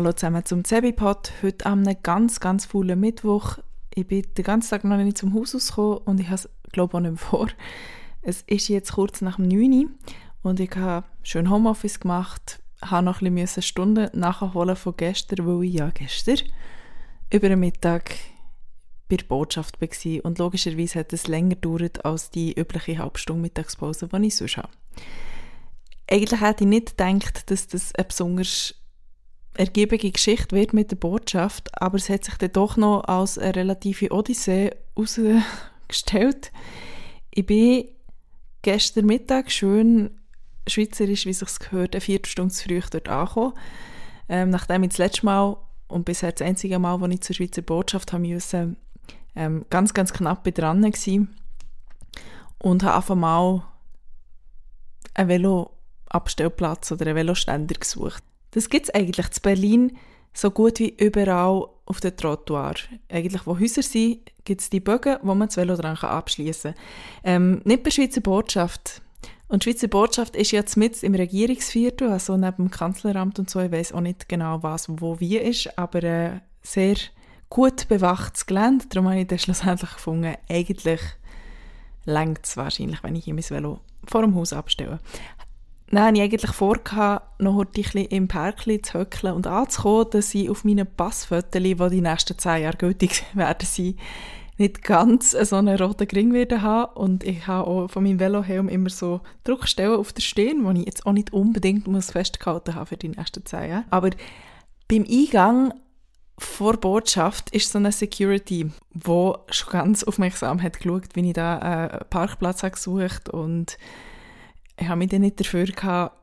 Hallo zusammen zum Zebipod. Heute am ganz, ganz faulen Mittwoch. Ich bin den ganzen Tag noch nicht zum Haus rausgekommen und ich habe es, glaube ich, auch nicht mehr vor. Es ist jetzt kurz nach dem 9 Uhr und ich habe schön Homeoffice gemacht, habe noch ein bisschen Stunden nachholen von gestern, weil ich ja gestern über den Mittag bei der Botschaft war und logischerweise hat es länger gedauert als die übliche Halbstunde Mittagspause, die ich sonst habe. Eigentlich hätte ich nicht gedacht, dass das eine besonders ergiebige Geschichte wird mit der Botschaft, aber es hat sich dann doch noch als eine relative Odyssee herausgestellt. Ich bin gestern Mittag schön schweizerisch, wie es sich gehört, eine Viertelstunde zu früh dort angekommen. Nachdem ich das letzte Mal und bisher das einzige Mal, wo ich zur Schweizer Botschaft haben musste, ganz, ganz knapp dran war und habe einfach mal einen Veloabstellplatz oder einen Veloständer gesucht. Das gibt es eigentlich in Berlin so gut wie überall auf den Trottoir. Eigentlich, wo Häuser sind, gibt es die Bögen, wo man das Velo dran abschliessen kann. Nicht bei der Schweizer Botschaft. Und die Schweizer Botschaft ist jetzt mit im Regierungsviertel, also neben dem Kanzleramt und so. Ich weiss auch nicht genau, was wo wie ist, aber sehr gut bewachtes Gelände. Darum habe ich dann schlussendlich gefunden, eigentlich reicht es wahrscheinlich, wenn ich hier mein Velo vor dem Haus abstelle. Dann hatte ich eigentlich vor, noch ein bisschen im Parkli zu hückeln und anzukommen, dass ich auf meinen Passfotos, die die nächsten 10 Jahre gültig werden sein, nicht ganz so einen roten Ring werden haben. Und ich habe auch von meinem Velohelm immer so Druckstellen auf der Stirn, die ich jetzt auch nicht unbedingt festgehalten habe für die nächsten 10 Jahre. Aber beim Eingang vor Botschaft ist so eine Security, die schon ganz aufmerksam hat geschaut, wie ich da einen Parkplatz habe gesucht und ich habe mich dann nicht dafür gehabt,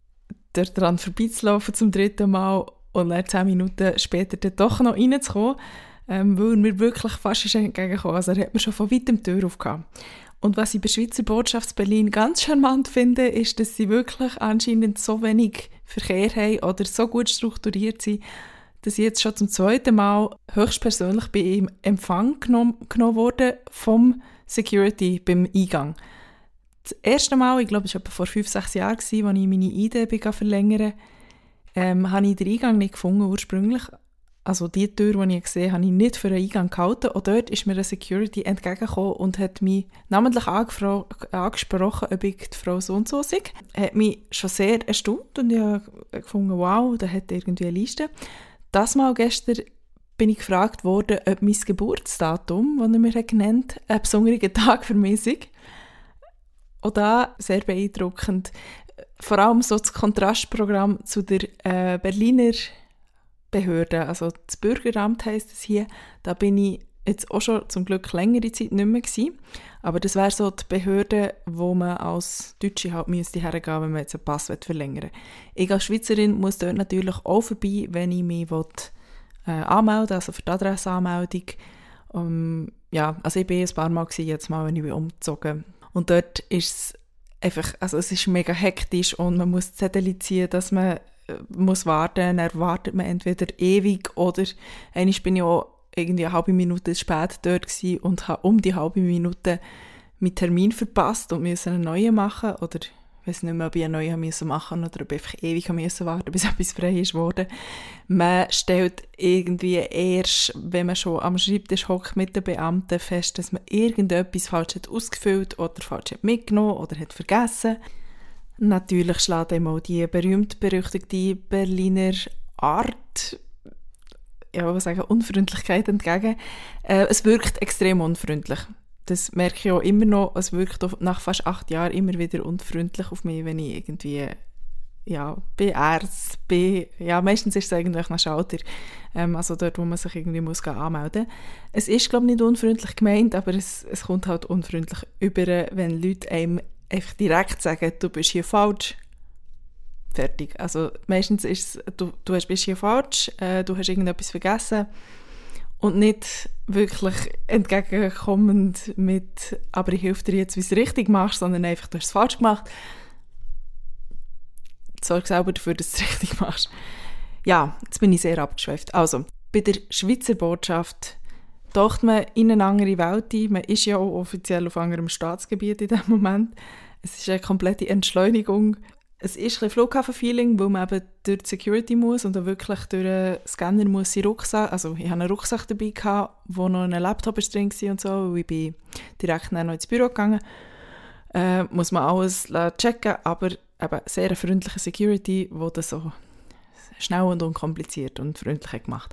daran vorbeizulaufen zum 3. Mal und dann 10 Minuten später dann doch noch reinzukommen, weil er mir wirklich fast entgegengekommen ist. Also er hat mir schon von weitem die Tür aufgehauen. Und was ich bei der Schweizer Botschaft Berlin ganz charmant finde, ist, dass sie wirklich anscheinend so wenig Verkehr haben oder so gut strukturiert sind, dass ich jetzt schon zum 2. Mal höchstpersönlich bei ihm Empfang genommen wurde vom Security beim Eingang. Das erste Mal, ich glaube, es war etwa vor 5-6 Jahren, als ich meine ID verlängern wollte, habe ich den Eingang nicht gefunden ursprünglich. Also die Tür, die ich gesehen habe, habe ich nicht für einen Eingang gehalten. Und dort ist mir eine Security entgegengekommen und hat mich namentlich angesprochen, ob ich die Frau so und so sei. Hat mich schon sehr erstaunt und ich habe gefunden, wow, da hat er irgendwie eine Liste. Das Mal gestern bin ich gefragt worden, ob mein Geburtsdatum, das er mir genannt hat, ein besonderer Tag für mich ist. Auch da sehr beeindruckend. Vor allem so das Kontrastprogramm zu der Berliner Behörde, also das Bürgeramt heisst es hier. Da bin ich jetzt auch schon zum Glück längere Zeit nicht mehr gewesen. Aber das wäre so die Behörde, wo man als Deutsche halt müsste hergehen, wenn man jetzt einen Pass verlängern will. Ich als Schweizerin muss dort natürlich auch vorbei, wenn ich mich anmelden will, also für die Adressanmeldung. Ja, also ich bin ein paar Mal gewesen, jetzt mal, wenn ich umgezogen bin. Und dort ist es einfach, also es ist mega hektisch und man muss Zettel ziehen, dass man muss warten. Dann wartet man entweder ewig oder einmal bin ich auch irgendwie eine halbe Minute spät dort gewesen und habe um die halbe Minute meinen Termin verpasst und musste einen neuen machen. Oder ich weiß nicht mehr, ob ich einen neuen machen musste oder ob ich einfach ewig warten bis etwas frei ist worden. Man stellt irgendwie erst, wenn man schon am Schreibtisch hockt mit den Beamten, fest, dass man irgendetwas falsch hat ausgefüllt oder falsch hat mitgenommen oder hat vergessen. Natürlich schlägt einem auch die berühmt-berüchtigte Berliner Art, Unfreundlichkeit entgegen. Es wirkt extrem unfreundlich. Das merke ich auch immer noch. Es wirkt auch nach fast 8 Jahren immer wieder unfreundlich auf mich, wenn ich irgendwie bei Ärzten bin. Ja, meistens ist es eigentlich nach Schalter. Also dort, wo man sich irgendwie muss anmelden muss. Es ist, glaube ich, nicht unfreundlich gemeint, aber es kommt halt unfreundlich über, wenn Leute einem einfach direkt sagen, du bist hier falsch. Fertig. Also meistens ist es, du bist hier falsch, du hast irgendetwas vergessen. Und nicht wirklich entgegenkommend mit, aber ich helfe dir jetzt, wie du es richtig machst, sondern einfach, du hast es falsch gemacht. Sorg selber dafür, dass du es richtig machst. Ja, jetzt bin ich sehr abgeschweift. Also, bei der Schweizer Botschaft taucht man in eine andere Welt ein. Man ist ja auch offiziell auf anderem Staatsgebiet in diesem Moment. Es ist eine komplette Entschleunigung. Es ist ein bisschen Flughafen-Feeling, weil man eben durch die Security muss und dann wirklich durch den Scanner muss sein Rucksack, also ich hatte einen Rucksack dabei, wo noch ein Laptop drin war und so, weil ich bin direkt noch ins Büro gegangen. Muss man alles checken, aber eben sehr eine freundliche Security, die das so schnell und unkompliziert und freundlich hat gemacht.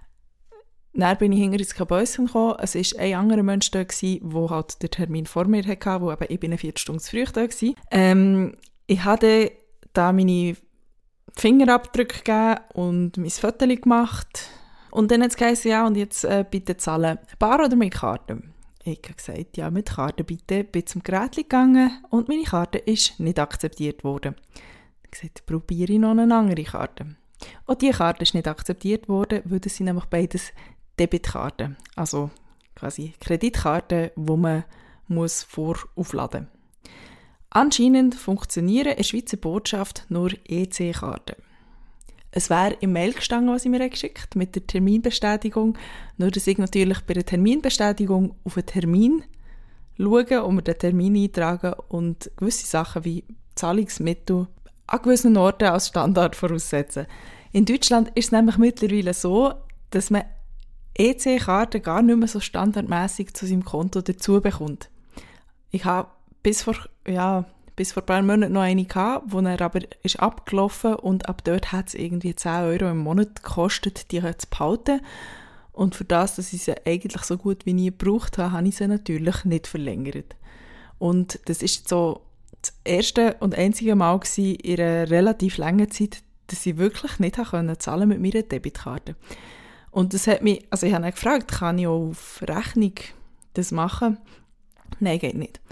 Dann bin ich hinter ins Kabäuschen gekommen. Es war ein anderer Mensch da, der halt den Termin vor mir hatte, wo eben ich bin eine 4 Stunden zu früh da war. Ich hatte da meine Fingerabdrücke gegeben und mein Foto gemacht. Und dann hat es geheißen, ja, und jetzt bitte zahlen, bar oder mit Karte? Ich habe gesagt, ja, mit Karte bitte. Bin zum Gerät gegangen und meine Karte ist nicht akzeptiert worden. Ich habe gesagt, probiere ich noch eine andere Karte. Und diese Karte ist nicht akzeptiert worden, weil das sind nämlich beides Debitkarten, also quasi Kreditkarten, die man muss voraufladen muss. Anscheinend funktionieren in der Schweizer Botschaft nur EC-Karten. Es wäre im Mail gestanden, was ich mir geschickt habe, mit der Terminbestätigung. Nur, dass ich natürlich bei der Terminbestätigung auf einen Termin schaue und mir den Termin eintragen und gewisse Sachen wie Zahlungsmittel an gewissen Orten als Standard voraussetzen. In Deutschland ist es nämlich mittlerweile so, dass man EC-Karten gar nicht mehr so standardmäßig zu seinem Konto dazu bekommt. Ich habe bis vor ein paar Monaten noch eine gehabt, die dann aber ist abgelaufen und ab dort hat es irgendwie 10 € im Monat gekostet, die zu behalten. Und für das, dass ich sie eigentlich so gut wie nie gebraucht habe, habe ich sie natürlich nicht verlängert. Und das ist so das erste und einzige Mal gewesen in einer relativ langen Zeit, dass ich wirklich nicht zahlen mit meiner Debitkarte. Und das hat mich, also ich habe dann gefragt, kann ich auch auf Rechnung das machen? Nein, geht nicht.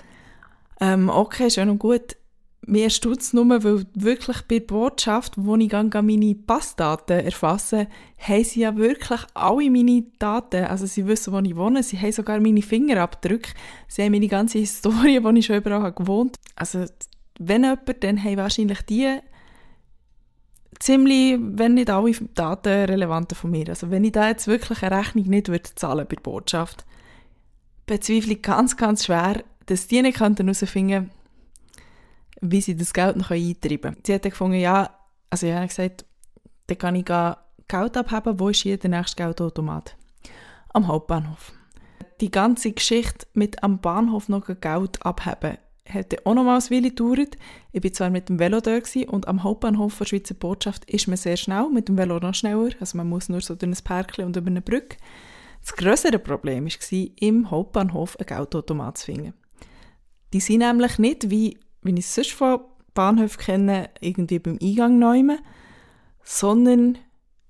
Okay, schön und gut. Mir erstaunt es nur, weil wirklich bei der Botschaft, wo ich meine Passdaten erfasse, haben sie ja wirklich alle meine Daten. Also sie wissen, wo ich wohne, sie haben sogar meine Fingerabdrücke, sie haben meine ganze Historie, wo ich schon überall gewohnt habe. Also wenn jemand, dann haben wahrscheinlich die ziemlich, wenn nicht alle Daten relevanten von mir. Also wenn ich da jetzt wirklich eine Rechnung nicht zahlen bei der Botschaft, bezweifle ich ganz, ganz schwer, dass die nicht herausfinden könnten, wie sie das Geld noch eintreiben können. Sie hat gefunden, ja, also ich habe gesagt, dann kann ich Geld abheben. Wo ist hier der nächste Geldautomat? Am Hauptbahnhof. Die ganze Geschichte mit am Bahnhof noch Geld abheben, hätte auch noch mal ein Weile gedauert. Ich war zwar mit dem Velo da und am Hauptbahnhof der Schweizer Botschaft ist man sehr schnell, mit dem Velo noch schneller. Also man muss nur so durch ein Parkchen und über eine Brücke. Das grössere Problem war, im Hauptbahnhof einen Geldautomat zu finden. Die sind nämlich nicht, wie ich es sonst von Bahnhöfen kenne, irgendwie beim Eingang nehmen, sondern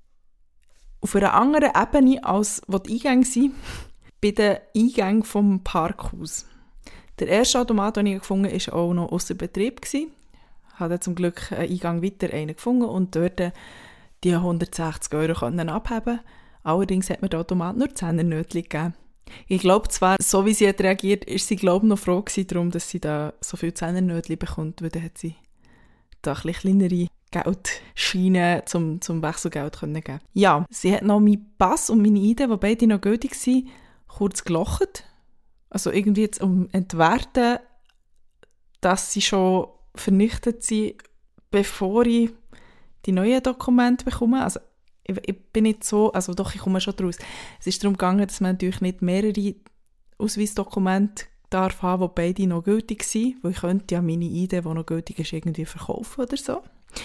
auf einer anderen Ebene, als wo die Eingänge sind, bei den Eingängen vom Parkhaus. Der erste Automat, den ich gefunden habe, war auch noch ausser Betrieb. Ich habe zum Glück einen Eingang weiter einen gefunden und dort die 160 € abheben. Allerdings hat mir der Automat nur 10er-Nötchen gegeben. Ich glaube zwar, so wie sie hat reagiert, ist sie glaube noch froh gewesen darum, dass sie da so viel 10er-Nötchen bekommt, weil dann hat sie da ein bisschen kleinere Geldscheine zum Wechselgeld geben können. Ja, sie hat noch meinen Pass und meine ID, die beide noch gültig sind, kurz gelocht. Also irgendwie jetzt entwerten, dass sie schon vernichtet sind, bevor ich die neuen Dokumente bekomme. Also ich bin nicht so, also doch, ich komme schon draus. Es ist darum gegangen, dass man natürlich nicht mehrere Ausweisdokumente darf haben, die beide noch gültig sind, weil ich könnte ja meine ID, die noch gültig ist, irgendwie verkaufen oder so.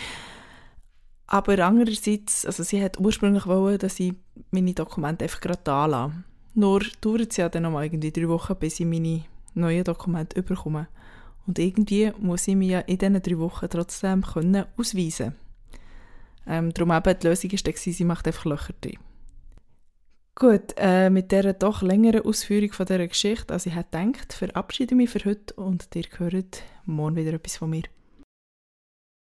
Aber andererseits, also sie hat ursprünglich wollen, dass ich meine Dokumente einfach gerade da lasse. Nur dauert es ja dann noch mal irgendwie 3 Wochen, bis ich meine neuen Dokumente überkomme. Und irgendwie muss ich mich ja in diesen 3 Wochen trotzdem ausweisen können. Darum eben die Lösung war, sie macht einfach Löcher drin. Gut, mit dieser doch längeren Ausführung von dieser Geschichte, als ich hätte gedacht, verabschiede mich für heute und ihr hört morgen wieder etwas von mir.